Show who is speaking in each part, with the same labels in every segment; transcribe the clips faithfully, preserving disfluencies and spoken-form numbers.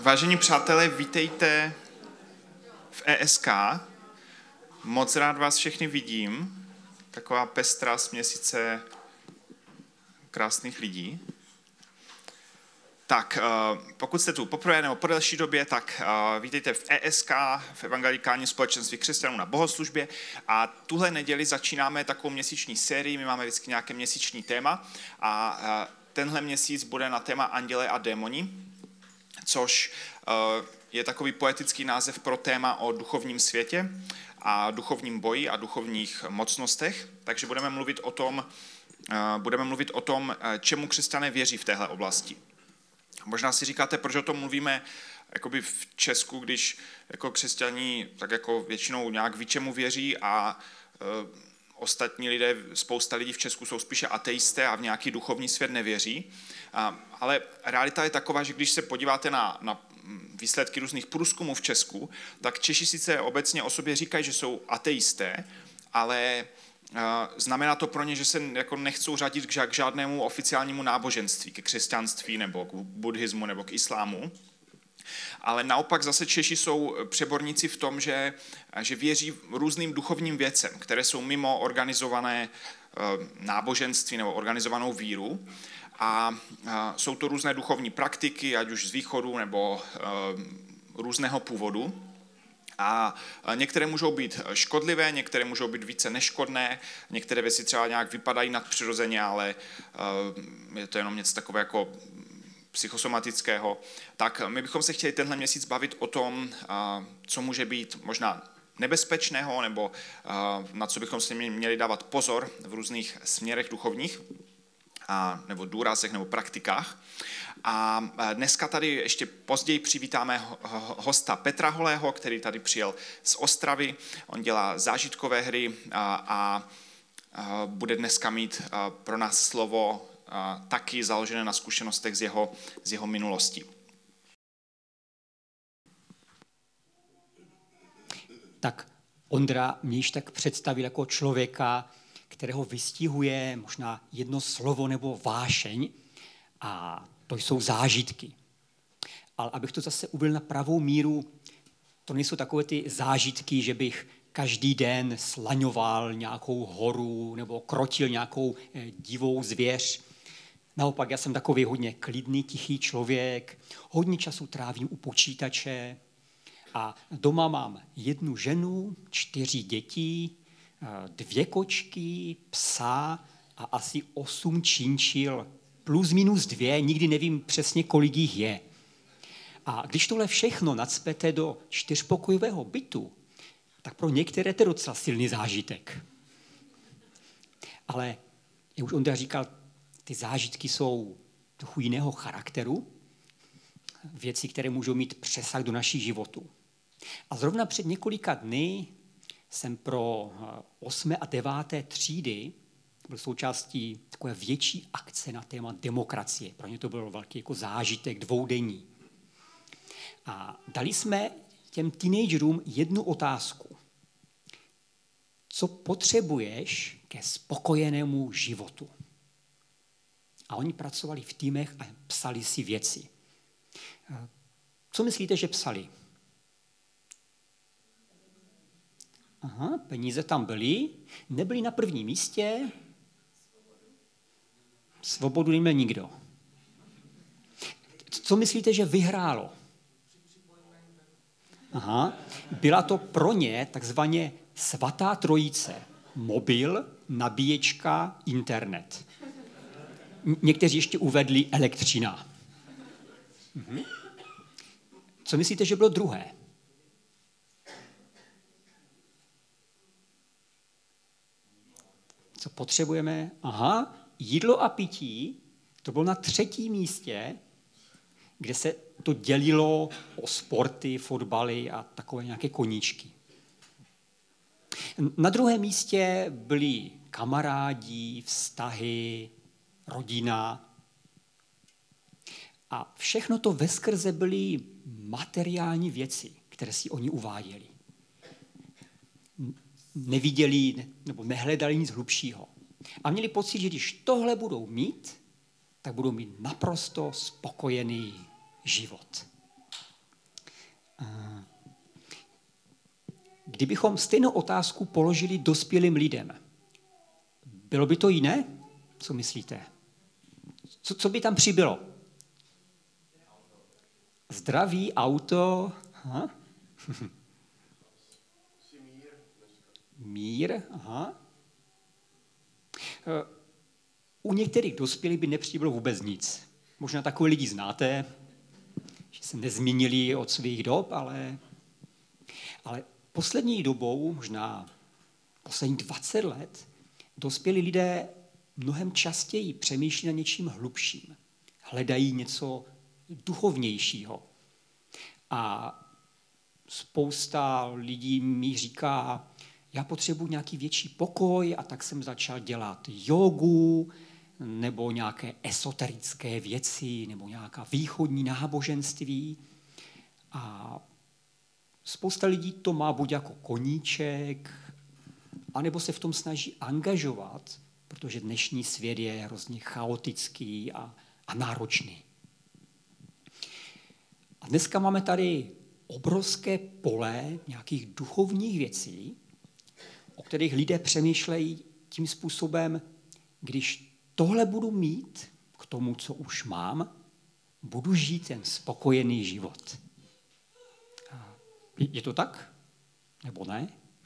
Speaker 1: Vážení přátelé, vítejte v E S K. Moc rád vás všechny vidím. Taková pestrá směsice krásných lidí. Tak, pokud jste tu poprvé nebo po delší době, tak vítejte v E S K, v Evangelikálním společenství křesťanů na bohoslužbě. A tuhle neděli začínáme takovou měsíční sérii, my máme vždycky nějaké měsíční téma. A tenhle měsíc bude na téma Anděle a démoni, což je takový poetický název pro téma o duchovním světě a duchovním boji a duchovních mocnostech. Takže budeme mluvit o tom, budeme mluvit o tom, čemu křesťané věří v téhle oblasti. Možná si říkáte, proč o tom mluvíme jakoby v Česku, když jako křesťaní tak jako většinou nějak ví, čemu věří a e, ostatní lidé, spousta lidí v Česku jsou spíše ateisté a v nějaký duchovní svět nevěří. A, ale realita je taková, že když se podíváte na, na výsledky různých průzkumů v Česku, tak Češi sice obecně o sobě říkají, že jsou ateisté, ale znamená to pro ně, že se jako nechcou řadit k žádnému oficiálnímu náboženství, ke křesťanství nebo k buddhismu nebo k islámu. Ale naopak zase Češi jsou přeborníci v tom, že, že věří různým duchovním věcem, které jsou mimo organizované náboženství nebo organizovanou víru. A jsou to různé duchovní praktiky, ať už z východu nebo různého původu. A některé můžou být škodlivé, některé můžou být více neškodné, některé věci třeba nějak vypadají nadpřirozeně, ale je to jenom něco takové jako psychosomatického. Tak my bychom se chtěli tenhle měsíc bavit o tom, co může být možná nebezpečného, nebo na co bychom si měli dávat pozor v různých směrech duchovních, a, nebo důrazech, nebo praktikách. A dneska tady ještě později přivítáme hosta Petra Holého, který tady přijel z Ostravy. On dělá zážitkové hry a, a, a bude dneska mít pro nás slovo a, taky založené na zkušenostech z jeho, z jeho minulosti.
Speaker 2: Tak Ondra mě již tak představil jako člověka, kterého vystihuje možná jedno slovo nebo vášeň, a to jsou zážitky. Ale abych to zase uvedl na pravou míru, to nejsou takové ty zážitky, že bych každý den slaňoval nějakou horu nebo krotil nějakou divou zvěř. Naopak, já jsem takový hodně klidný, tichý člověk, hodně času trávím u počítače a doma mám jednu ženu, čtyři děti, dvě kočky, psa a asi osm činčil, plus minus dvě, nikdy nevím přesně, kolik jich je. A když tohle všechno nacpete do čtyřpokojového bytu, tak pro některé to je docela silný zážitek. Ale, jak už Ondra říkal, ty zážitky jsou trochu jiného charakteru, věci, které můžou mít přesah do našich životů. A zrovna před několika dny jsem pro osmé a deváté třídy byl součástí takové větší akce na téma demokracie. Pro ně to byl velký jako zážitek dvoudenní. A dali jsme těm teenagerům jednu otázku. Co potřebuješ ke spokojenému životu? A oni pracovali v týmech a psali si věci. Co myslíte, že psali? Aha, peníze tam byly, nebyly na prvním místě. Svobodu neměl nikdo. Co myslíte, že vyhrálo? Aha, byla to pro ně takzvaně svatá trojice. Mobil, nabíječka, internet. Někteří ještě uvedli elektřina. Mhm. Co myslíte, že bylo druhé? Co potřebujeme? Aha, jídlo a pití, to bylo na třetím místě, kde se to dělilo o sporty, fotbaly a takové nějaké koníčky. Na druhém místě byli kamarádi, vztahy, rodina. A všechno to veskrze byly materiální věci, které si oni uváděli. Neviděli nebo nehledali nic hlubšího. A měli pocit, že když tohle budou mít, tak budou mít naprosto spokojený život. Kdybychom stejnou otázku položili dospělým lidem, bylo by to jiné? Co myslíte? Co, co by tam přibylo? Zdraví, auto, aha. Mír, aha. U některých dospělých by nepřibylo vůbec nic. Možná takové lidi znáte, že se nezměnili od svých dob, ale, ale poslední dobou, možná poslední dvacet let, dospělí lidé mnohem častěji přemýšlí na něčím hlubším. Hledají něco duchovnějšího. A spousta lidí mi říká, já potřebuji nějaký větší pokoj a tak jsem začal dělat jogu nebo nějaké esoterické věci nebo nějaká východní náboženství. A spousta lidí to má buď jako koníček, anebo se v tom snaží angažovat, protože dnešní svět je hrozně chaotický a, a náročný. A dneska máme tady obrovské pole nějakých duchovních věcí, o kterých lidé přemýšlejí tím způsobem, když tohle budu mít k tomu, co už mám, budu žít ten spokojený život. Je to tak? Nebo ne?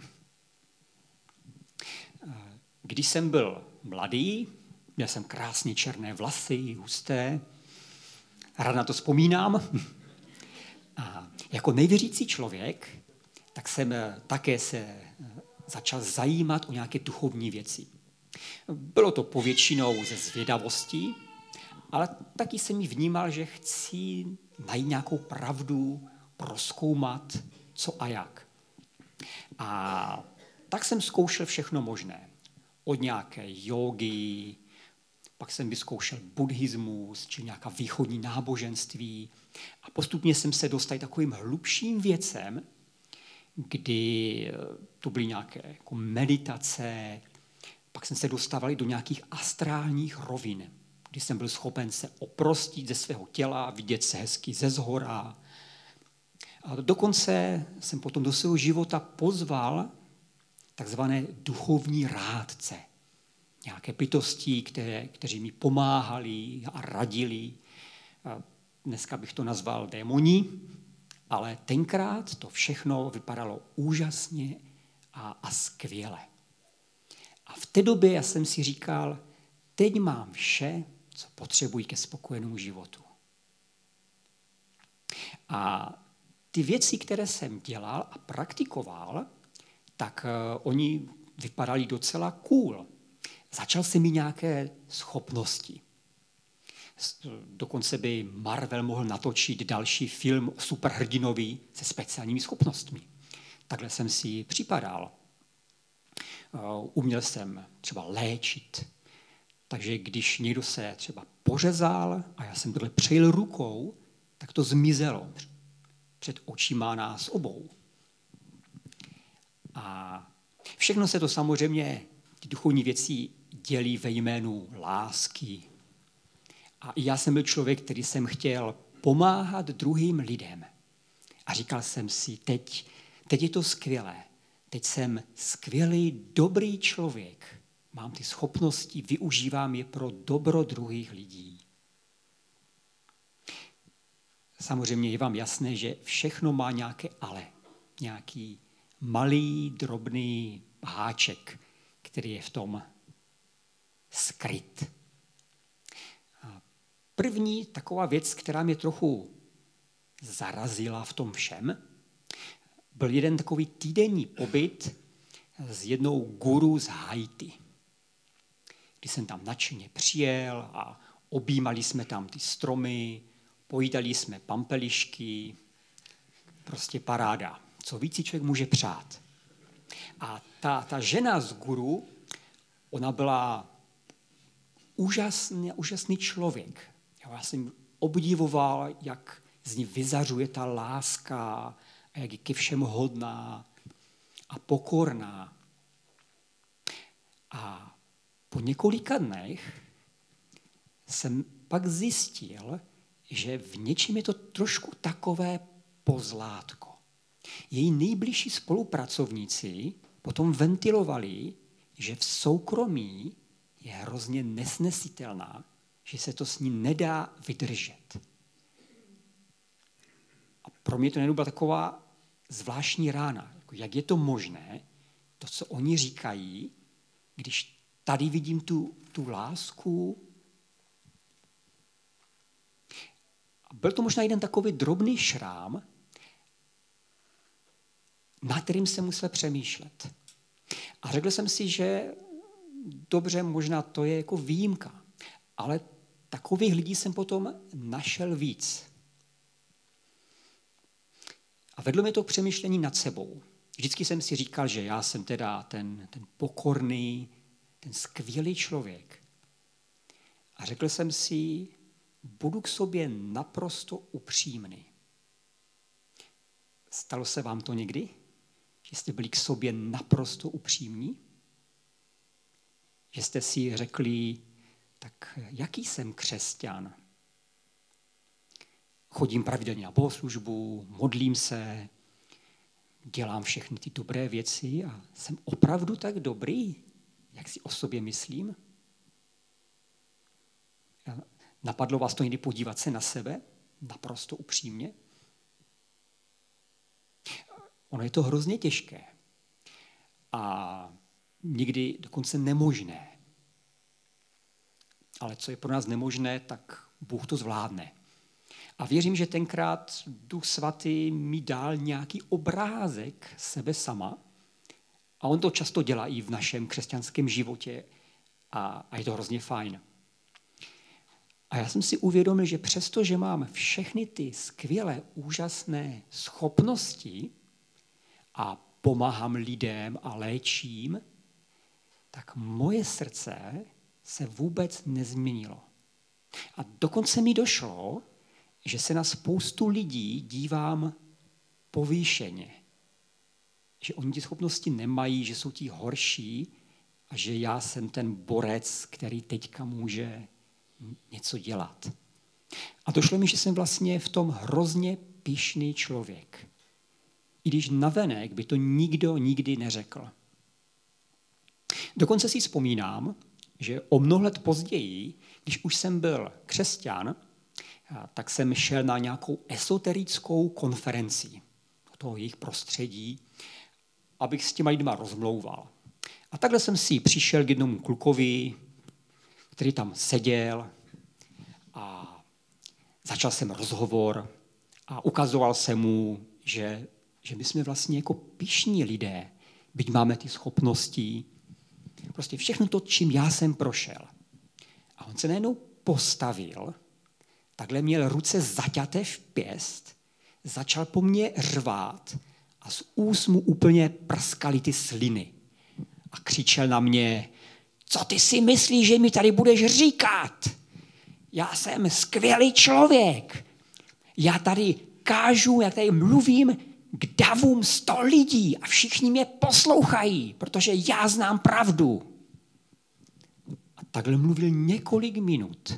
Speaker 2: Když jsem byl mladý, měl jsem krásně černé vlasy, husté, rád na to vzpomínám. A jako nevěřící člověk, tak jsem také se začal zajímat o nějaké duchovní věci. Bylo to povětšinou ze zvědavosti, ale taky jsem ji vnímal, že chci najít nějakou pravdu, prozkoumat, co a jak. A tak jsem zkoušel všechno možné. Od nějaké jógy, pak jsem vyzkoušel buddhismus, či nějaká východní náboženství. A postupně jsem se dostal takovým hlubším věcem, kdy to byly nějaké jako meditace, pak jsem se dostával do nějakých astrálních rovin, kdy jsem byl schopen se oprostit ze svého těla, vidět se hezky ze zhora. A dokonce jsem potom do svého života pozval takzvané duchovní rádce. Nějaké bytosti, které, kteří mi pomáhali a radili. A dneska bych to nazval démoni, ale tenkrát to všechno vypadalo úžasně a, a skvěle. A v té době já jsem si říkal, teď mám vše, co potřebuji ke spokojenému životu. A ty věci, které jsem dělal a praktikoval, tak uh, oni vypadali docela cool. Začal jsem mít nějaké schopnosti. Dokonce by Marvel mohl natočit další film o superhrdinovi se speciálními schopnostmi. Takhle jsem si připadal. Uměl jsem třeba léčit. Takže když někdo se třeba pořezal a já jsem tohle přejel rukou, tak to zmizelo před očima nás obou. A všechno se to samozřejmě, ty duchovní věci dělí ve jménu lásky. A já jsem byl člověk, který jsem chtěl pomáhat druhým lidem. A říkal jsem si, teď, teď je to skvělé. Teď jsem skvělý, dobrý člověk. Mám ty schopnosti, využívám je pro dobro druhých lidí. Samozřejmě je vám jasné, že všechno má nějaké ale. Nějaký malý, drobný háček, který je v tom skryt. První taková věc, která mě trochu zarazila v tom všem, byl jeden takový týdenní pobyt s jednou guru z Haiti. Když jsem tam nadšeně přijel a objímali jsme tam ty stromy, pojídali jsme pampelišky, prostě paráda. Co víc si člověk může přát. A ta, ta žena z guru, ona byla úžasný, úžasný člověk. Já jsem obdivoval, jak z ní vyzařuje ta láska a jak je ke všem hodná a pokorná. A po několika dnech jsem pak zjistil, že v něčem je to trošku takové pozlátko. Její nejbližší spolupracovníci potom ventilovali, že v soukromí je hrozně nesnesitelná, že se to s ní nedá vydržet. A pro mě to nebyla byla taková zvláštní rána. Jak je to možné, to, co oni říkají, když tady vidím tu, tu lásku. A byl to možná jeden takový drobný šrám, na kterým jsem musel přemýšlet. A řekl jsem si, že dobře, možná to je jako výjimka, ale takových lidí jsem potom našel víc. A vedlo mě to k přemýšlení nad sebou. Vždycky jsem si říkal, že já jsem teda ten, ten pokorný, ten skvělý člověk. A řekl jsem si, budu k sobě naprosto upřímný. Stalo se vám to někdy? Že jste byli k sobě naprosto upřímní? Že jste si řekli, tak jaký jsem křesťan? Chodím pravidelně na bohoslužbu, modlím se, dělám všechny ty dobré věci a jsem opravdu tak dobrý, jak si o sobě myslím? Napadlo vás to někdy podívat se na sebe naprosto upřímně? Ono je to hrozně těžké a někdy dokonce nemožné. Ale co je pro nás nemožné, tak Bůh to zvládne. A věřím, že tenkrát Duch Svatý mi dal nějaký obrázek sebe sama a on to často dělá i v našem křesťanském životě a, a je to hrozně fajn. A já jsem si uvědomil, že přesto, že mám všechny ty skvělé, úžasné schopnosti a pomáhám lidem a léčím, tak moje srdce se vůbec nezměnilo. A dokonce mi došlo, že se na spoustu lidí dívám povýšeně. Že oni ty schopnosti nemají, že jsou ti horší a že já jsem ten borec, který teďka může něco dělat. A došlo mi, že jsem vlastně v tom hrozně pyšný člověk. I když navenek by to nikdo nikdy neřekl. Dokonce si vzpomínám, že o mnoho let později, když už jsem byl křesťan, tak jsem šel na nějakou esoterickou konferenci do toho jejich prostředí, abych s těma lidma rozmlouval. A takhle jsem si přišel k jednomu klukovi, který tam seděl a začal jsem rozhovor a ukazoval jsem mu, že, že my jsme vlastně jako pyšní lidé, byť máme ty schopnosti, prostě všechno to, čím já jsem prošel. A on se najednou postavil, takhle měl ruce zaťaté v pěst, začal po mně řvát a z úst mu úplně prskaly ty sliny. A křičel na mě, co ty si myslíš, že mi tady budeš říkat? Já jsem skvělý člověk. Já tady kážu, jak tady mluvím k davům sto lidí a všichni mě poslouchají, protože já znám pravdu. A takhle mluvil několik minut.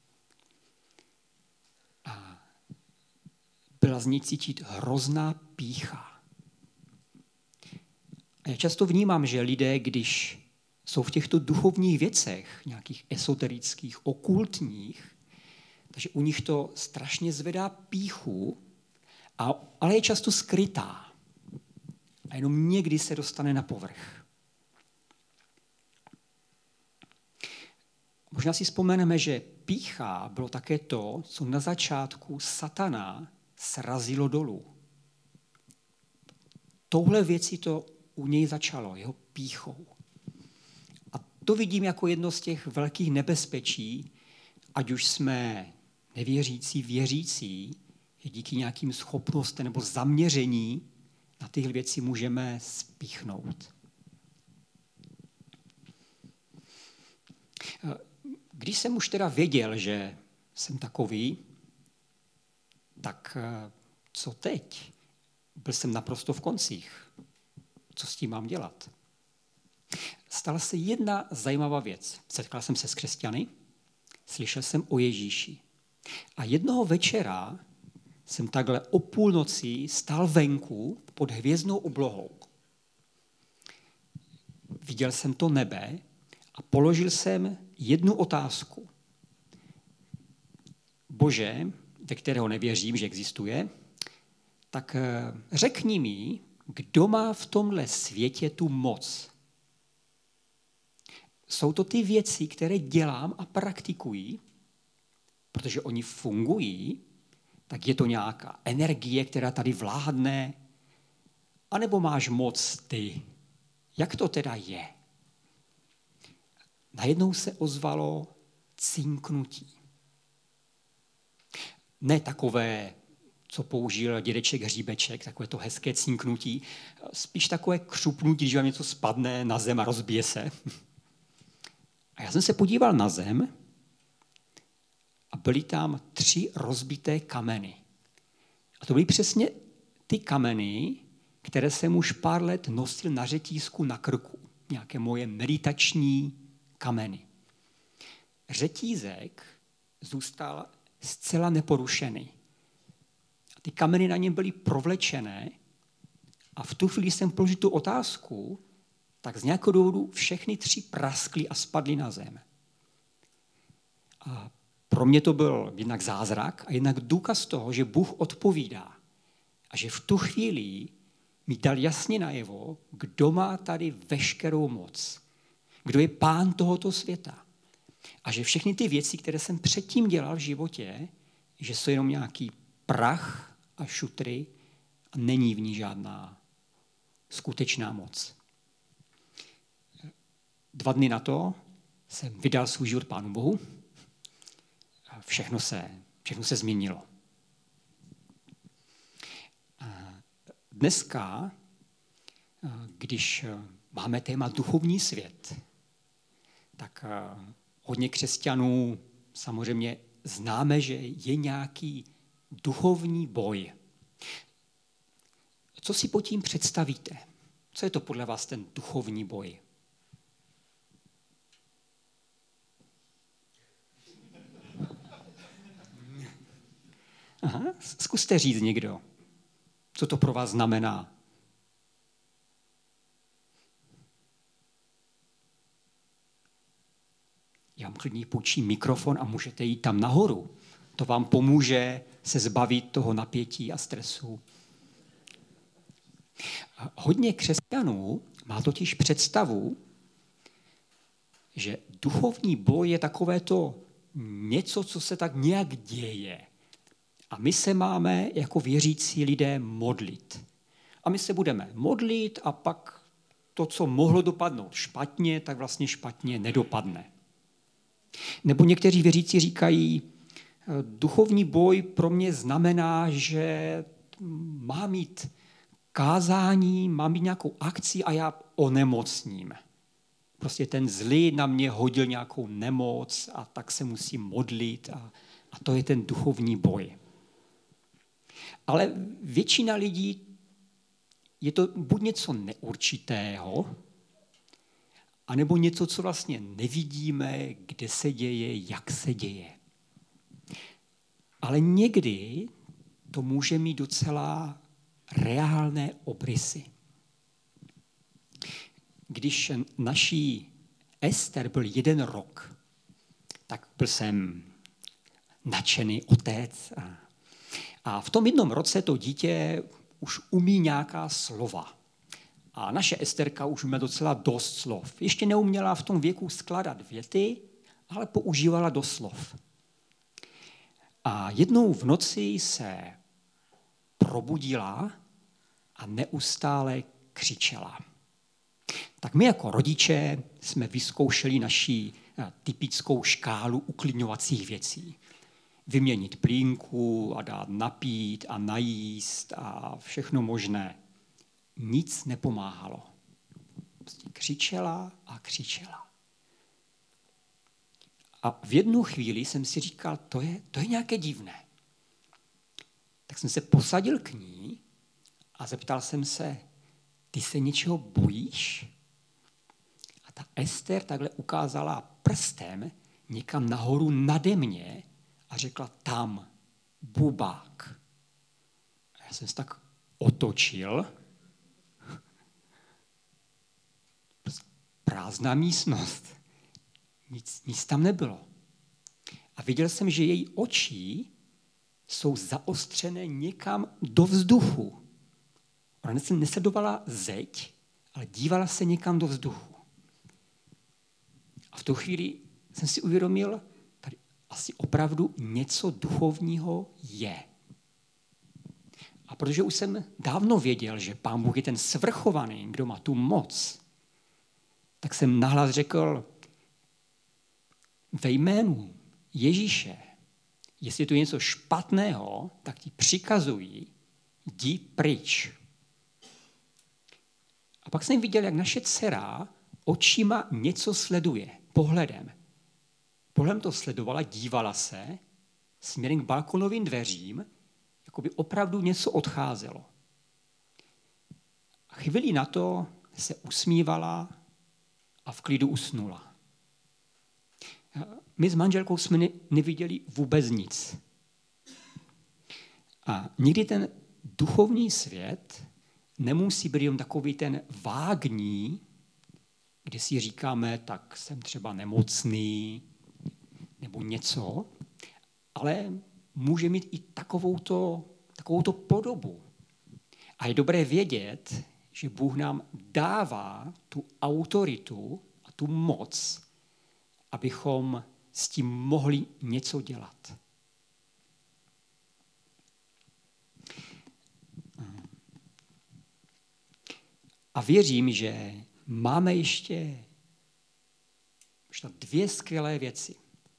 Speaker 2: A byla z něj cítit hrozná pýcha. A já často vnímám, že lidé, když jsou v těchto duchovních věcech, nějakých esoterických, okultních, takže u nich to strašně zvedá pýchu, a, ale je často skrytá. A jenom někdy se dostane na povrch. Možná si vzpomeneme, že pýcha bylo také to, co na začátku satana srazilo dolů. Touhle věcí to u něj začalo, jeho pýchou. A to vidím jako jedno z těch velkých nebezpečí, ať už jsme nevěřící, věřící, že díky nějakým schopnostem nebo zaměření na tyhle věci můžeme spíchnout. Když jsem už teda věděl, že jsem takový, tak co teď? Byl jsem naprosto v koncích. Co s tím mám dělat? Stala se jedna zajímavá věc. Setkal jsem se s křesťany, slyšel jsem o Ježíši. A jednoho večera jsem takhle o půlnoci stál venku pod hvězdnou oblohou. Viděl jsem to nebe a položil jsem jednu otázku. Bože, ve kterého nevěřím, že existuje, tak řekni mi, kdo má v tomhle světě tu moc. Jsou to ty věci, které dělám a praktikuji, protože oni fungují, tak je to nějaká energie, která tady vládne, anebo máš moc ty. Jak to teda je? Najednou se ozvalo cinknutí. Ne takové, co použil dědeček Hříbeček, takové to hezké cinknutí, spíš takové křupnutí, že vám něco spadne na zem a rozbije se. A já jsem se podíval na zem a byly tam tři rozbité kameny. A to byly přesně ty kameny, které jsem už pár let nosil na řetízku na krku. Nějaké moje meditační kameny. Řetízek zůstal zcela neporušený. A ty kameny na něm byly provlečené a v tu chvíli jsem položil tu otázku, tak z nějakého důvodu všechny tři praskly a spadly na zem. A pro mě to byl jednak zázrak a jednak důkaz toho, že Bůh odpovídá. A že v tu chvíli mi dal jasně najevo, kdo má tady veškerou moc. Kdo je pán tohoto světa. A že všechny ty věci, které jsem předtím dělal v životě, že jsou jenom nějaký prach a šutry a není v ní žádná skutečná moc. Dva dny na to jsem vydal svůj život Pánu Bohu a všechno se, všechno se změnilo. Dneska, když máme téma duchovní svět, tak hodně křesťanů samozřejmě známe, že je nějaký duchovní boj. Co si pod tím představíte? Co je to podle vás ten duchovní boj? Aha, zkuste říct někdo, co to pro vás znamená. Já vám klidně půjčím mikrofon a můžete jít tam nahoru. To vám pomůže se zbavit toho napětí a stresu. Hodně křesťanů má totiž představu, že duchovní boj je takové to něco, co se tak nějak děje. A my se máme jako věřící lidé modlit. A my se budeme modlit a pak to, co mohlo dopadnout špatně, tak vlastně špatně nedopadne. Nebo někteří věřící říkají, duchovní boj pro mě znamená, že má mít kázání, má mít nějakou akci a já onemocním. Prostě ten zlý na mě hodil nějakou nemoc a tak se musím modlit a, a to je ten duchovní boj. Ale většina lidí je to buď něco neurčitého, anebo něco, co vlastně nevidíme, kde se děje, jak se děje. Ale někdy to může mít docela reálné obrysy. Když naší Ester byl jeden rok, tak byl jsem nadšený otec. A, a v tom jednom roce to dítě už umí nějaká slova. A naše Esterka už měla docela dost slov. Ještě neuměla v tom věku skládat věty, ale používala dost slov. A jednou v noci se probudila a neustále křičela. Tak my jako rodiče jsme vyzkoušeli naši typickou škálu uklidňovacích věcí. Vyměnit plínku a dát napít a najíst a všechno možné. Nic nepomáhalo. Prostě křičela a křičela. A v jednu chvíli jsem si říkal, to je, to je nějaké divné. Tak jsem se posadil k ní a zeptal jsem se, ty se něčeho bojíš? A ta Ester takhle ukázala prstem někam nahoru nade mě a řekla tam, bubák. jsem se tak otočil. Prázdná místnost. Nic, nic tam nebylo. A viděl jsem, že její oči jsou zaostřené někam do vzduchu. Ona nesledovala zeď, ale dívala se někam do vzduchu. A v tu chvíli jsem si uvědomil, tady asi opravdu něco duchovního je. A protože už jsem dávno věděl, že Pán Bůh je ten svrchovaný, kdo má tu moc, tak jsem nahlas řekl, ve jménu Ježíše, jestli tu je něco špatného, tak ti přikazují, jdi pryč. A pak jsem viděl, jak naše dcera očima něco sleduje, pohledem. Pohledem to sledovala, dívala se směrem k balkonovým dveřím, jako by opravdu něco odcházelo. A chvíli na to se usmívala a v klidu usnula. My s manželkou jsme neviděli vůbec nic. A někdy ten duchovní svět nemusí být jen takový ten vágní, kde si říkáme, tak jsem třeba nemocný nebo něco, ale může mít i takovouto, takovouto podobu. A je dobré vědět, že Bůh nám dává tu autoritu a tu moc, abychom s tím mohli něco dělat. A věřím, že máme ještě dvě skvělé věci.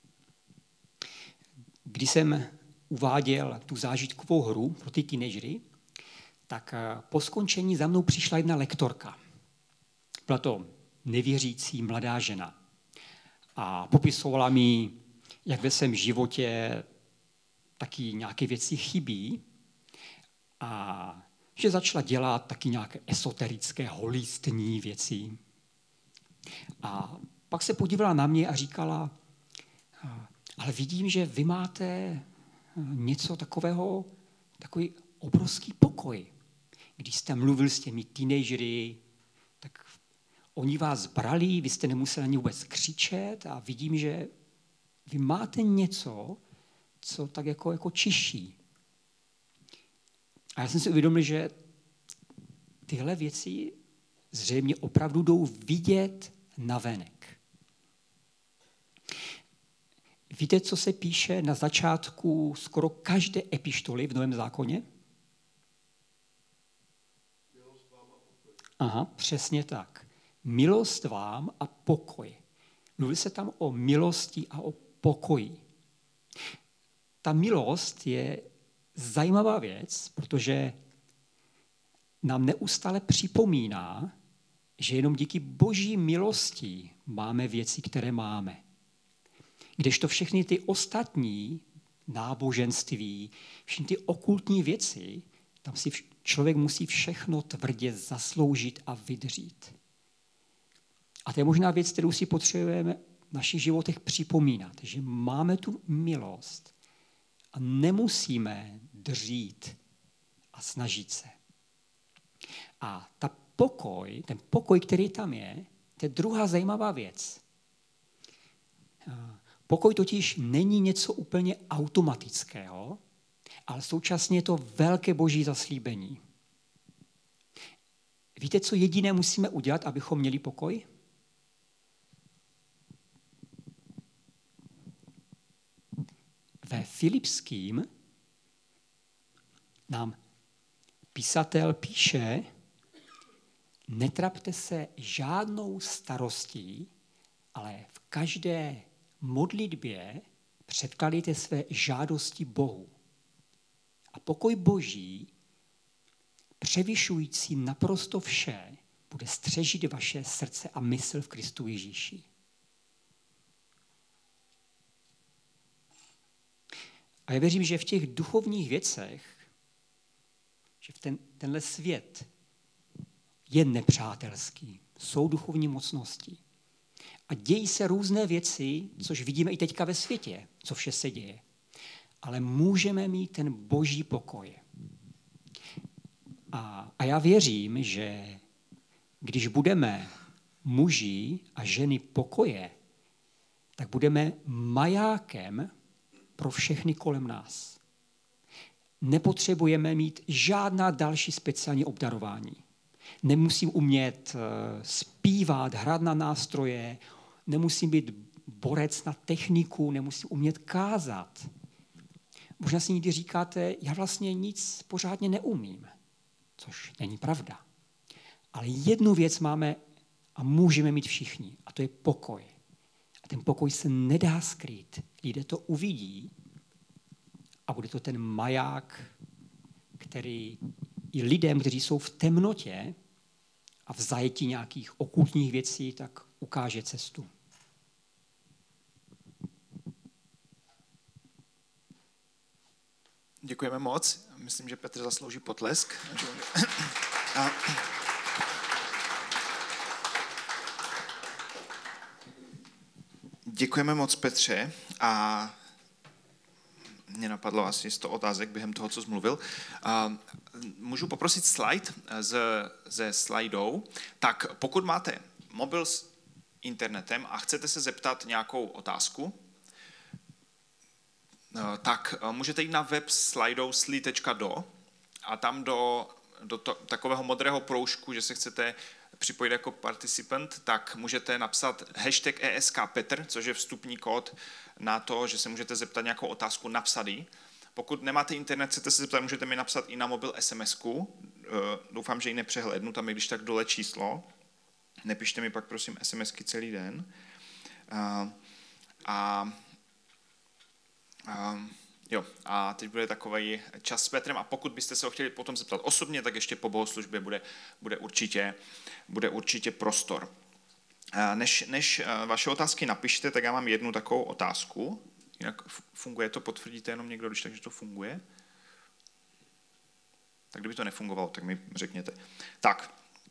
Speaker 2: Když jsem uváděl tu zážitkovou hru pro ty teenagery, tak po skončení za mnou přišla jedna lektorka. Byla to nevěřící mladá žena. A popisovala mi, jak ve svém životě taky nějaké věci chybí a že začala dělat taky nějaké esoterické, holistní věci. A pak se podívala na mě a říkala, ale vidím, že vy máte něco takového, takový obrovský pokoj. Když jste mluvil s těmi teenagery, tak oni vás brali, vy jste nemuseli ani vůbec křičet a vidím, že vy máte něco, co tak jako, jako čiší. A já jsem si uvědomil, že tyhle věci zřejmě opravdu jdou vidět navenek. Víte, co se píše na začátku skoro každé epištoly v Novém zákoně? Aha, přesně tak. Milost vám a pokoj. Mluví se tam o milosti a o pokoji. Ta milost je zajímavá věc, protože nám neustále připomíná, že jenom díky Boží milosti máme věci, které máme. Kdežto všechny ty ostatní náboženství, všechny ty okultní věci, tam si člověk musí všechno tvrdě zasloužit a vydřít. A to je možná věc, kterou si potřebujeme v našich životech připomínat, že máme tu milost a nemusíme dřít a snažit se. A ta pokoj, ten pokoj, který tam je, to je druhá zajímavá věc. Pokoj totiž není něco úplně automatického, ale současně je to velké Boží zaslíbení. Víte, co jediné musíme udělat, abychom měli pokoj? Ve Filipským nám písatel píše, netrapte se žádnou starostí, ale v každé modlitbě předkládejte své žádosti Bohu. A pokoj Boží, převyšující naprosto vše, bude střežit vaše srdce a mysl v Kristu Ježíši. A já věřím, že v těch duchovních věcech, že v ten, tenhle svět je nepřátelský, jsou duchovní mocnosti. A dějí se různé věci, což vidíme i teďka ve světě, co vše se děje. Ale můžeme mít ten Boží pokoj. A, a já věřím, že když budeme muži a ženy pokoje, tak budeme majákem pro všechny kolem nás. Nepotřebujeme mít žádná další speciální obdarování. Nemusím umět zpívat, hrát na nástroje, nemusím být borec na techniku, nemusím umět kázat. Možná si někdy říkáte, já vlastně nic pořádně neumím, což není pravda. Ale jednu věc máme a můžeme mít všichni, a to je pokoj. A ten pokoj se nedá skrýt. Lidé to uvidí a bude to ten maják, který i lidem, kteří jsou v temnotě a v zajetí nějakých okultních věcí, tak ukáže cestu.
Speaker 1: Děkujeme moc. Myslím, že Petr zaslouží potlesk. A... Děkujeme moc, Petře. A mě napadlo asi sto otázek během toho, co jsi mluvil. A můžu poprosit slide ze, ze slajdou. Tak pokud máte mobil s internetem a chcete se zeptat nějakou otázku, tak můžete jít na web slidosly tečka do a tam do, do to, takového modrého proužku, že se chcete připojit jako participant, tak můžete napsat hashtag E S K Petr, což je vstupní kód na to, že se můžete zeptat nějakou otázku, napsat ji. Pokud nemáte internet, chcete se zeptat, můžete mi napsat i na mobil es em esku. Doufám, že ji nepřehlédnu, tam je když tak dole číslo. Nepište mi pak prosím SMSky celý den. A, a Um, jo, a teď bude takový čas s Petrem a pokud byste se ho chtěli potom zeptat osobně, tak ještě po bohoslužbě bude, bude, určitě, bude určitě prostor. Uh, než, než uh, vaše otázky napište, tak já mám jednu takovou otázku. Jinak funguje to, potvrdíte jenom někdo, když takže to funguje? Tak kdyby to nefungovalo, tak mi řekněte. Tak,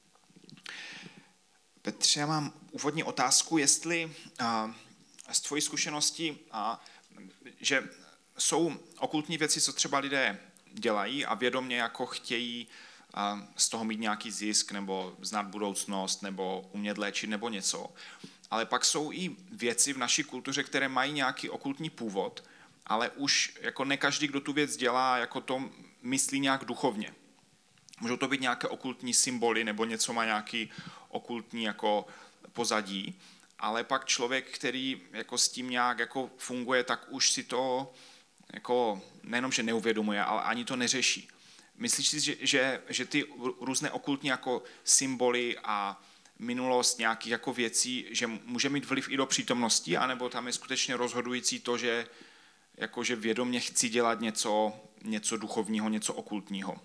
Speaker 1: Petře, já mám úvodní otázku, jestli uh, z tvojí zkušenosti uh, že jsou okultní věci, co třeba lidé dělají a vědomě jako chtějí z toho mít nějaký zisk nebo znát budoucnost nebo umět léčit nebo něco. Ale pak jsou i věci v naší kultuře, které mají nějaký okultní původ, ale už jako ne každý, kdo tu věc dělá, jako to myslí nějak duchovně. Můžou to být nějaké okultní symboly nebo něco má nějaký okultní jako pozadí. Ale pak člověk, který jako s tím nějak jako funguje, tak už si to jako nejenom, že neuvědomuje, ale ani to neřeší. Myslíš si, že, že, že ty různé okultní jako symboly a minulost nějakých jako věcí, že může mít vliv i do přítomnosti, anebo tam je skutečně rozhodující to, že, jako, že vědomě chci dělat něco, něco duchovního, něco okultního?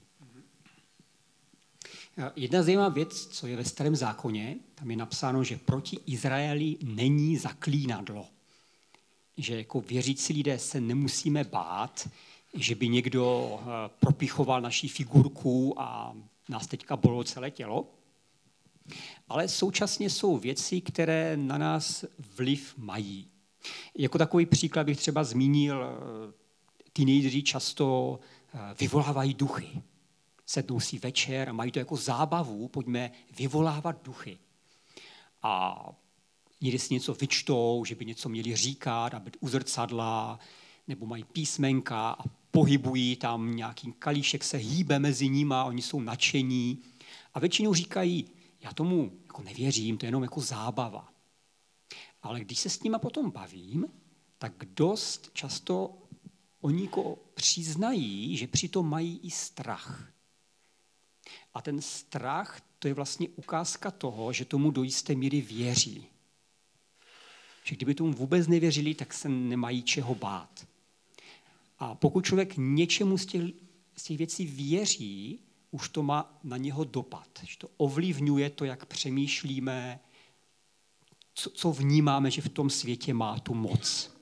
Speaker 2: Jedna zajímavá věc, co je ve Starém zákoně, tam je napsáno, že proti Izraeli není zaklínadlo. Že jako věřící lidé se nemusíme bát, že by někdo propichoval naši figurku a nás teďka bolelo celé tělo. Ale současně jsou věci, které na nás vliv mají. Jako takový příklad bych třeba zmínil, teenageři často vyvolávají duchy. Sednou si večer a mají to jako zábavu, pojďme vyvolávat duchy. A někdy si něco vyčtou, že by něco měli říkat a být u zrcadla, nebo mají písmenka a pohybují tam nějaký kalíšek, se hýbe mezi nimi a oni jsou nadšení. A většinou říkají, já tomu jako nevěřím, to je jenom jako zábava. Ale když se s nima potom bavím, tak dost často oni jako přiznají, že přitom mají i strach. A ten strach, to je vlastně ukázka toho, že tomu do jisté míry věří. Že kdyby tomu vůbec nevěřili, tak se nemají čeho bát. A pokud člověk něčemu z těch, z těch věcí věří, už to má na něho dopad. Že to ovlivňuje to, jak přemýšlíme, co, co vnímáme, že v tom světě má tu moc.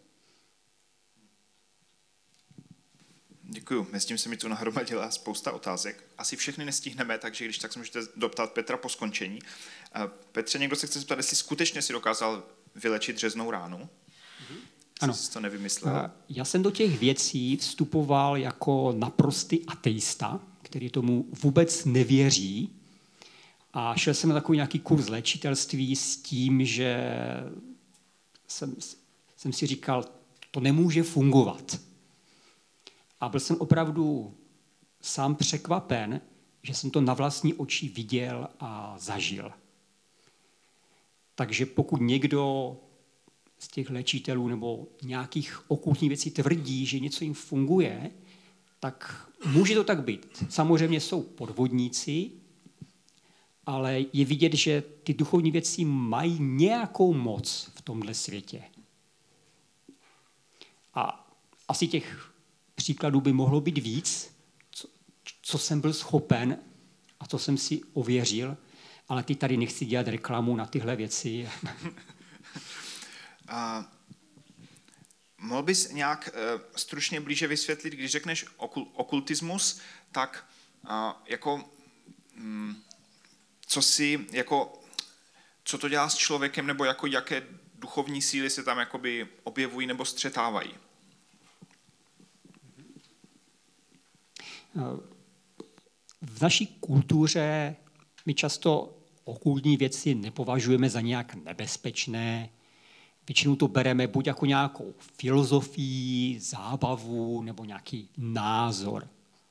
Speaker 1: Děkuju. Mezi tím se mi tu nahromadila spousta otázek. Asi všechny nestihneme, takže když tak se můžete doptat Petra po skončení. Petře, někdo se chce zeptat, jestli skutečně si dokázal vylečit řeznou ránu?
Speaker 2: Ano.
Speaker 1: Jsi to nevymyslel?
Speaker 2: Já jsem do těch věcí vstupoval jako naprostý ateista, který tomu vůbec nevěří. A šel jsem na takový nějaký kurz léčitelství s tím, že jsem, jsem si říkal, to nemůže fungovat. A byl jsem opravdu sám překvapen, že jsem to na vlastní oči viděl a zažil. Takže pokud někdo z těch léčitelů nebo nějakých okultních věcí tvrdí, že něco jim funguje, tak může to tak být. Samozřejmě jsou podvodníci, ale je vidět, že ty duchovní věci mají nějakou moc v tomhle světě. A asi těch příkladů by mohlo být víc, co, co jsem byl schopen a co jsem si ověřil, ale ty tady nechci dělat reklamu na tyhle věci.
Speaker 1: Uh, mohl bys nějak uh, stručně blíže vysvětlit, když řekneš okul, okultismus, tak uh, jako, um, co si, jako, co to dělá s člověkem, nebo jako jaké duchovní síly se tam jakoby objevují nebo střetávají?
Speaker 2: V naší kultuře my často okultní věci nepovažujeme za nějak nebezpečné. Většinou to bereme buď jako nějakou filozofii, zábavu nebo nějaký názor.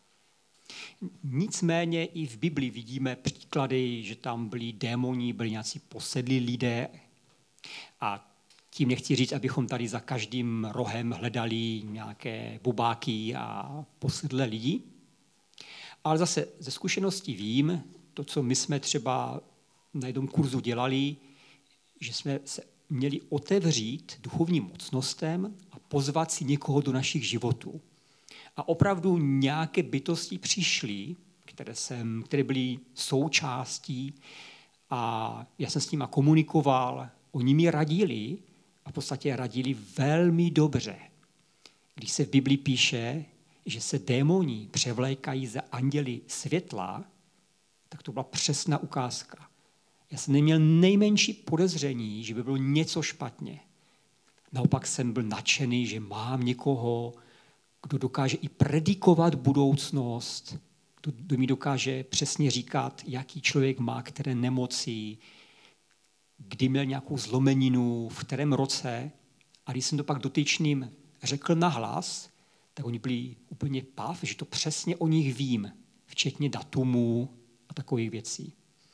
Speaker 2: Nicméně i v Bibli vidíme příklady, že tam byli démoni, byli nějací posedlí lidé. A tím nechci říct, abychom tady za každým rohem hledali nějaké bubáky a posedlé lidi. Ale zase ze zkušeností vím, to, co my jsme třeba na jednom kurzu dělali, že jsme se měli otevřít duchovním mocnostem a pozvat si někoho do našich životů. A opravdu nějaké bytosti přišly, které, jsem, které byly součástí a já jsem s nimi komunikoval, oni mi radili a v podstatě radili velmi dobře. Když se v Biblii píše, že se démoni převlékají za anděli světla, tak to byla přesná ukázka. Já jsem neměl nejmenší podezření, že by bylo něco špatně. Naopak jsem byl nadšený, že mám někoho, kdo dokáže i predikovat budoucnost, kdo mi dokáže přesně říkat, jaký člověk má které nemoci, kdy měl nějakou zlomeninu, v kterém roce. A když jsem to pak dotyčným řekl nahlas, tak oni byli úplně pav, že to přesně o nich vím, včetně datumů a takových věcí.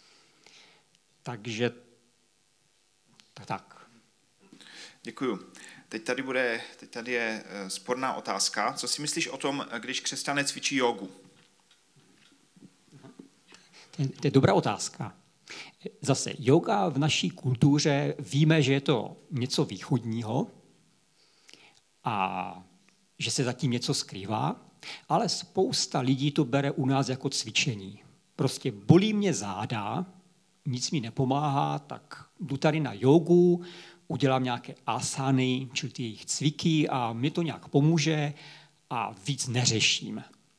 Speaker 2: Takže tak. tak.
Speaker 1: Děkuju. Teď tady, bude, teď tady je sporná otázka. Co si myslíš o tom, když křesťané cvičí jógu?
Speaker 2: To je, to je dobrá otázka. Zase, jóga v naší kultuře víme, že je to něco východního a že se zatím něco skrývá, ale spousta lidí to bere u nás jako cvičení. Prostě bolí mě záda, nic mi nepomáhá, tak jdu tady na jógu, udělám nějaké asány, čili ty jejich cviky a mi to nějak pomůže a víc neřeším.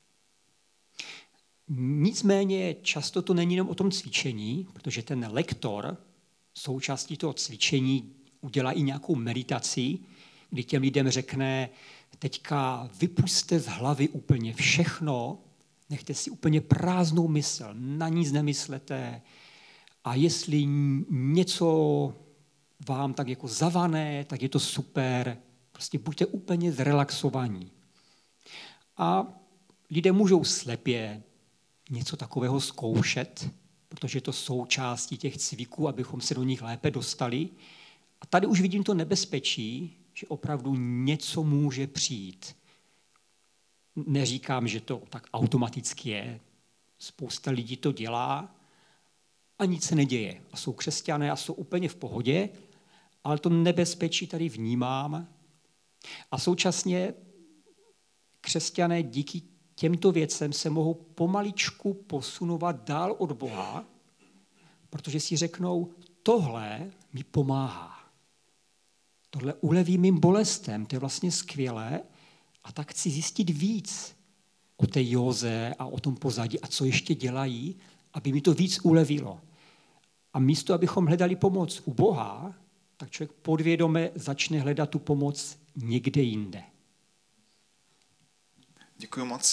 Speaker 2: Nicméně často to není jenom o tom cvičení, protože ten lektor součástí toho cvičení udělá i nějakou meditaci, kdy těm lidem řekne, teďka vypusťte z hlavy úplně všechno, nechte si úplně prázdnou mysl, na nic nemyslete a jestli něco vám tak jako zavané, tak je to super, prostě buďte úplně zrelaxovaní. A lidé můžou slepě něco takového zkoušet, protože je to součástí těch cviků, abychom se do nich lépe dostali. A tady už vidím to nebezpečí, že opravdu něco může přijít. Neříkám, že to tak automaticky je. Spousta lidí to dělá a nic se neděje. A jsou křesťané a jsou úplně v pohodě, ale to nebezpečí tady vnímám. A současně křesťané díky těmto věcem se mohou pomaličku posunovat dál od Boha, protože si řeknou, tohle mi pomáhá. Tohle uleví mým bolestem, to je vlastně skvělé a tak chci zjistit víc o té józe a o tom pozadí a co ještě dělají, aby mi to víc ulevilo. A místo, abychom hledali pomoc u Boha, tak člověk podvědomě začne hledat tu pomoc někde jinde.
Speaker 1: Děkuji moc.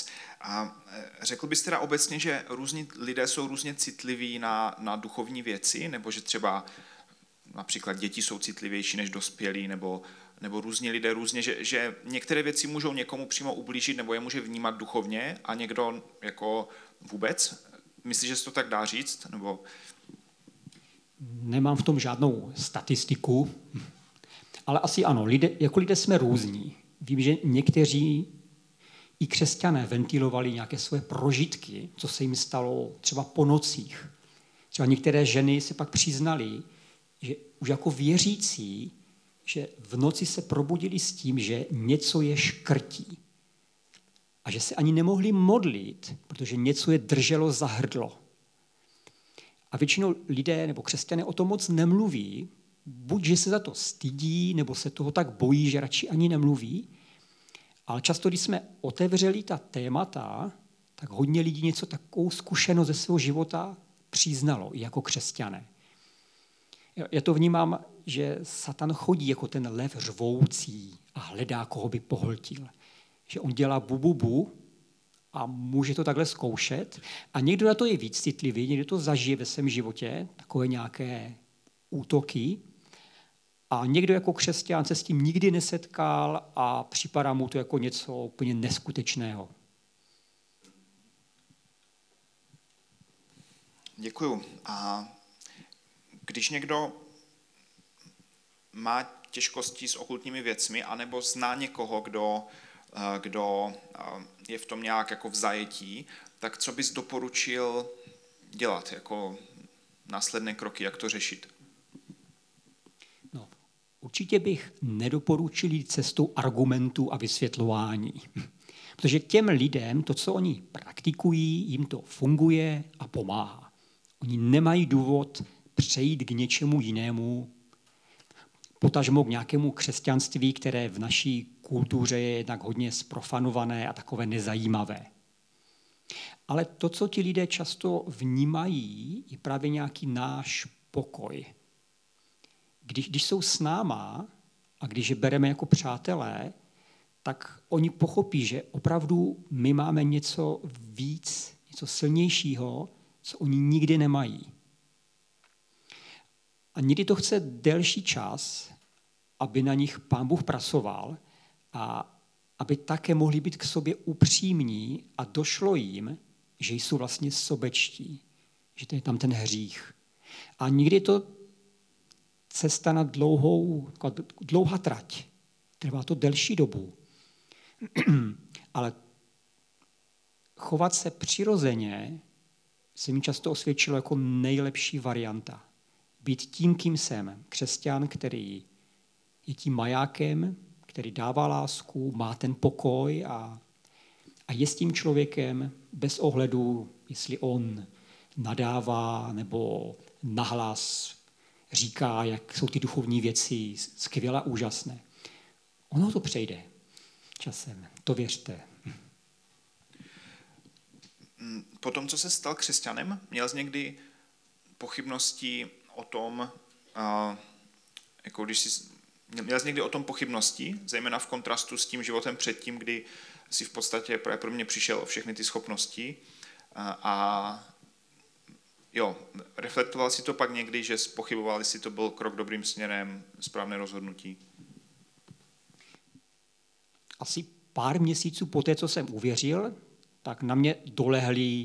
Speaker 1: A řekl bys teda obecně, že různí lidé jsou různě citliví na, na duchovní věci, nebo že třeba například děti jsou citlivější než dospělí, nebo, nebo různí lidé různě, že, že některé věci můžou někomu přímo ublížit, nebo je může vnímat duchovně a někdo jako vůbec? Myslíš, že se to tak dá říct? Nebo...
Speaker 2: Nemám v tom žádnou statistiku, ale asi ano, lidé, jako lidé jsme různí. Vím, že někteří i křesťané ventilovali nějaké své prožitky, co se jim stalo třeba po nocích. Třeba některé ženy se pak přiznali, že už jako věřící, že v noci se probudili s tím, že něco je škrtí. A že se ani nemohli modlit, protože něco je drželo za hrdlo. A většinou lidé nebo křesťané o tom moc nemluví, buď že se za to stydí, nebo se toho tak bojí, že radši ani nemluví. Ale často, když jsme otevřeli ta témata, tak hodně lidí něco takovou zkušenost ze svého života přiznalo, i jako křesťané. Já to vnímám, že Satan chodí jako ten lev řvoucí a hledá, koho by pohltil. Že on dělá bu, bu, bu a může to takhle zkoušet. A někdo na to je víc citlivý, někdo to zažije ve svém životě, takové nějaké útoky. A někdo jako křesťan se s tím nikdy nesetkal a připadá mu to jako něco úplně neskutečného.
Speaker 1: Děkuju. A když někdo má těžkosti s okultními věcmi, anebo zná někoho, kdo, kdo je v tom nějak jako v zajetí, tak co bys doporučil dělat jako následné kroky, jak to řešit?
Speaker 2: No, určitě bych nedoporučil jít cestou argumentů a vysvětlování. Protože těm lidem to, co oni praktikují, jim to funguje a pomáhá. Oni nemají důvod přejít k něčemu jinému, potažmo k nějakému křesťanství, které v naší kultuře je jednak hodně zprofanované a takové nezajímavé. Ale to, co ti lidé často vnímají, je právě nějaký náš pokoj. Když, když jsou s náma a když je bereme jako přátelé, tak oni pochopí, že opravdu my máme něco víc, něco silnějšího, co oni nikdy nemají. A někdy to chce delší čas, aby na nich Pán Bůh pracoval a aby také mohli být k sobě upřímní a došlo jim, že jsou vlastně sobečtí, že to je tam ten hřích. A někdy je to cesta na dlouhou, dlouhá trať. Trvá to delší dobu. Ale chovat se přirozeně se mi často osvědčilo jako nejlepší varianta. Být tím, kým jsem. Křesťan, který je tím majákem, který dává lásku, má ten pokoj a, a je s tím člověkem bez ohledu, jestli on nadává nebo nahlas říká, jak jsou ty duchovní věci skvělé a úžasné. Ono to přejde časem, to věřte.
Speaker 1: Po tom, co se stal křesťanem, měl jsi někdy pochybnosti o tom, jako když jsi, měl jsi někdy o tom pochybnosti, zejména v kontrastu s tím životem předtím, kdy jsi v podstatě pro mě přišel o všechny ty schopnosti a jo, reflektoval si to pak někdy, že pochyboval, jestli to byl krok dobrým směrem, správné rozhodnutí?
Speaker 2: Asi pár měsíců po té, co jsem uvěřil, tak na mě dolehly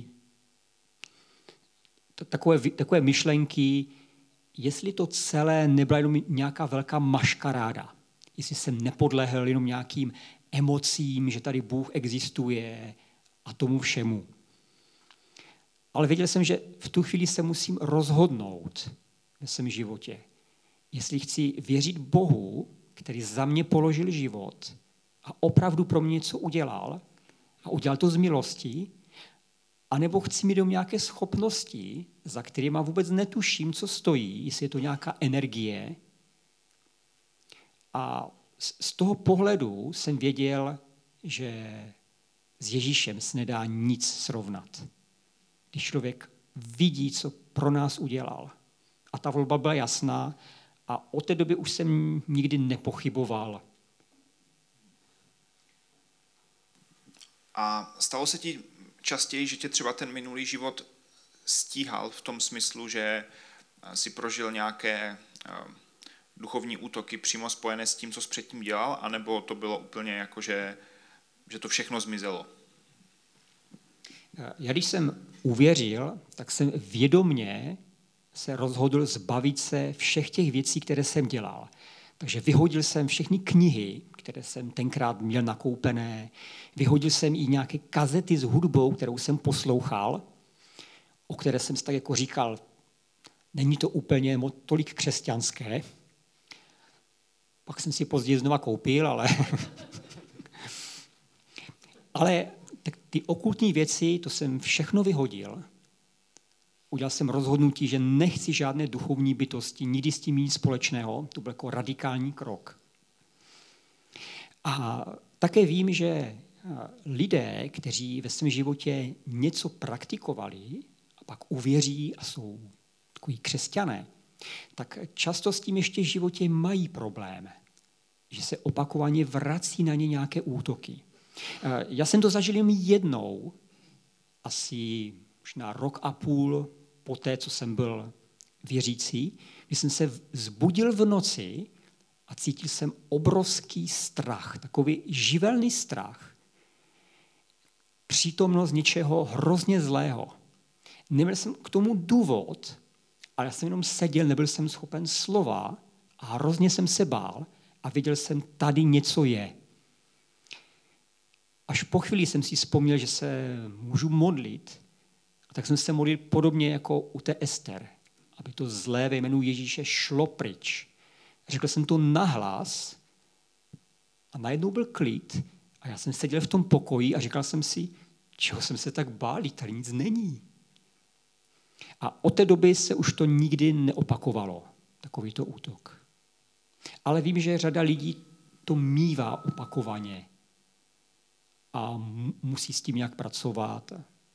Speaker 2: takové, takové myšlenky, jestli to celé nebyla jenom nějaká velká maškaráda, jestli jsem nepodlehl jenom nějakým emocím, že tady Bůh existuje a tomu všemu. Ale věděl jsem, že v tu chvíli se musím rozhodnout ve svém životě. Jestli chci věřit Bohu, který za mě položil život a opravdu pro mě něco udělal a udělal to z milosti, anebo chci mít do nějaké schopnosti, za kterými vůbec netuším, co stojí, jestli je to nějaká energie. A z toho pohledu jsem věděl, že s Ježíšem se nedá nic srovnat. Když člověk vidí, co pro nás udělal. A ta volba byla jasná a od té doby už jsem nikdy nepochyboval.
Speaker 1: A stalo se ti častěji, že tě třeba ten minulý život stíhal v tom smyslu, že si prožil nějaké duchovní útoky přímo spojené s tím, co jsi předtím dělal, anebo to bylo úplně jako, že, že to všechno zmizelo?
Speaker 2: Já když jsem uvěřil, tak jsem vědomně se rozhodl zbavit se všech těch věcí, které jsem dělal. Takže vyhodil jsem všechny knihy, které jsem tenkrát měl nakoupené, vyhodil jsem i nějaké kazety s hudbou, kterou jsem poslouchal, o které jsem si tak jako říkal, není to úplně tolik křesťanské. Pak jsem si později znova koupil, ale... ale tak ty okultní věci, to jsem všechno vyhodil. Udělal jsem rozhodnutí, že nechci žádné duchovní bytosti, nikdy s tím nic společného. To byl jako radikální krok. A také vím, že lidé, kteří ve svém životě něco praktikovali a pak uvěří a jsou takový křesťané, tak často s tím ještě v životě mají problém, že se opakovaně vrací na ně nějaké útoky. Já jsem to zažil jen jednou, asi možná rok a půl po té, co jsem byl věřící, když jsem se vzbudil v noci a cítil jsem obrovský strach, takový živelný strach, přítomnost něčeho hrozně zlého. Neměl jsem k tomu důvod, ale já jsem jenom seděl, nebyl jsem schopen slova a hrozně jsem se bál a viděl jsem, tady něco je. Až po chvíli jsem si vzpomněl, že se můžu modlit, a tak jsem se modlil podobně jako u té Ester, aby to zlé ve jménu Ježíše šlo pryč. Řekl jsem to nahlas a najednou byl klid a já jsem seděl v tom pokoji a říkal jsem si, čeho jsem se tak bál, tady nic není. A od té doby se už to nikdy neopakovalo, takovýto útok. Ale vím, že řada lidí to mívá opakovaně a musí s tím nějak pracovat.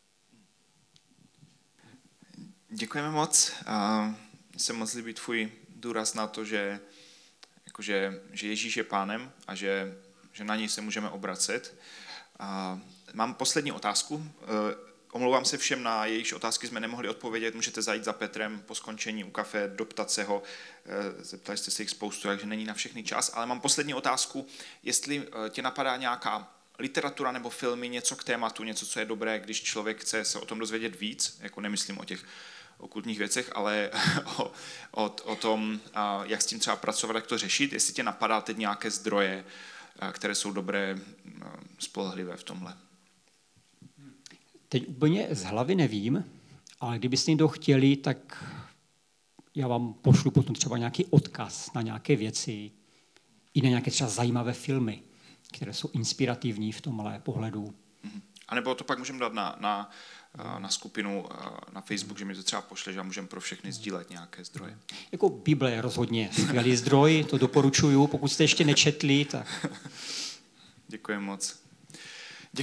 Speaker 1: Děkujeme moc. Jsem moc líbí tvůj důraz na to, že, jakože, že Ježíš je pánem a že, že na něj se můžeme obracet. A mám poslední otázku. Omlouvám se všem, na jejichž otázky jsme nemohli odpovědět. Můžete zajít za Petrem po skončení u kafe, doptat se ho. Zeptali jste se jich spoustu, takže není na všechny čas. Ale mám poslední otázku. Jestli tě napadá nějaká literatura nebo filmy, něco k tématu, něco, co je dobré, když člověk chce se o tom dozvědět víc, jako nemyslím o těch okultních věcech, ale o, o, o tom, jak s tím třeba pracovat, jak to řešit, jestli tě napadá teď nějaké zdroje, které jsou dobré, spolehlivé v tomhle.
Speaker 2: Teď úplně z hlavy nevím, ale kdybyste někdo chtěli, tak já vám pošlu potom třeba nějaký odkaz na nějaké věci, i na nějaké třeba zajímavé filmy, které jsou inspirativní v tomhle pohledu.
Speaker 1: A nebo to pak můžeme dát na, na, na skupinu na Facebook, že mi to třeba pošle, že můžeme pro všechny sdílet nějaké zdroje.
Speaker 2: Jako Bible je rozhodně skvělý zdroj, to doporučuju, pokud jste ještě nečetli. Tak...
Speaker 1: Děkuji moc.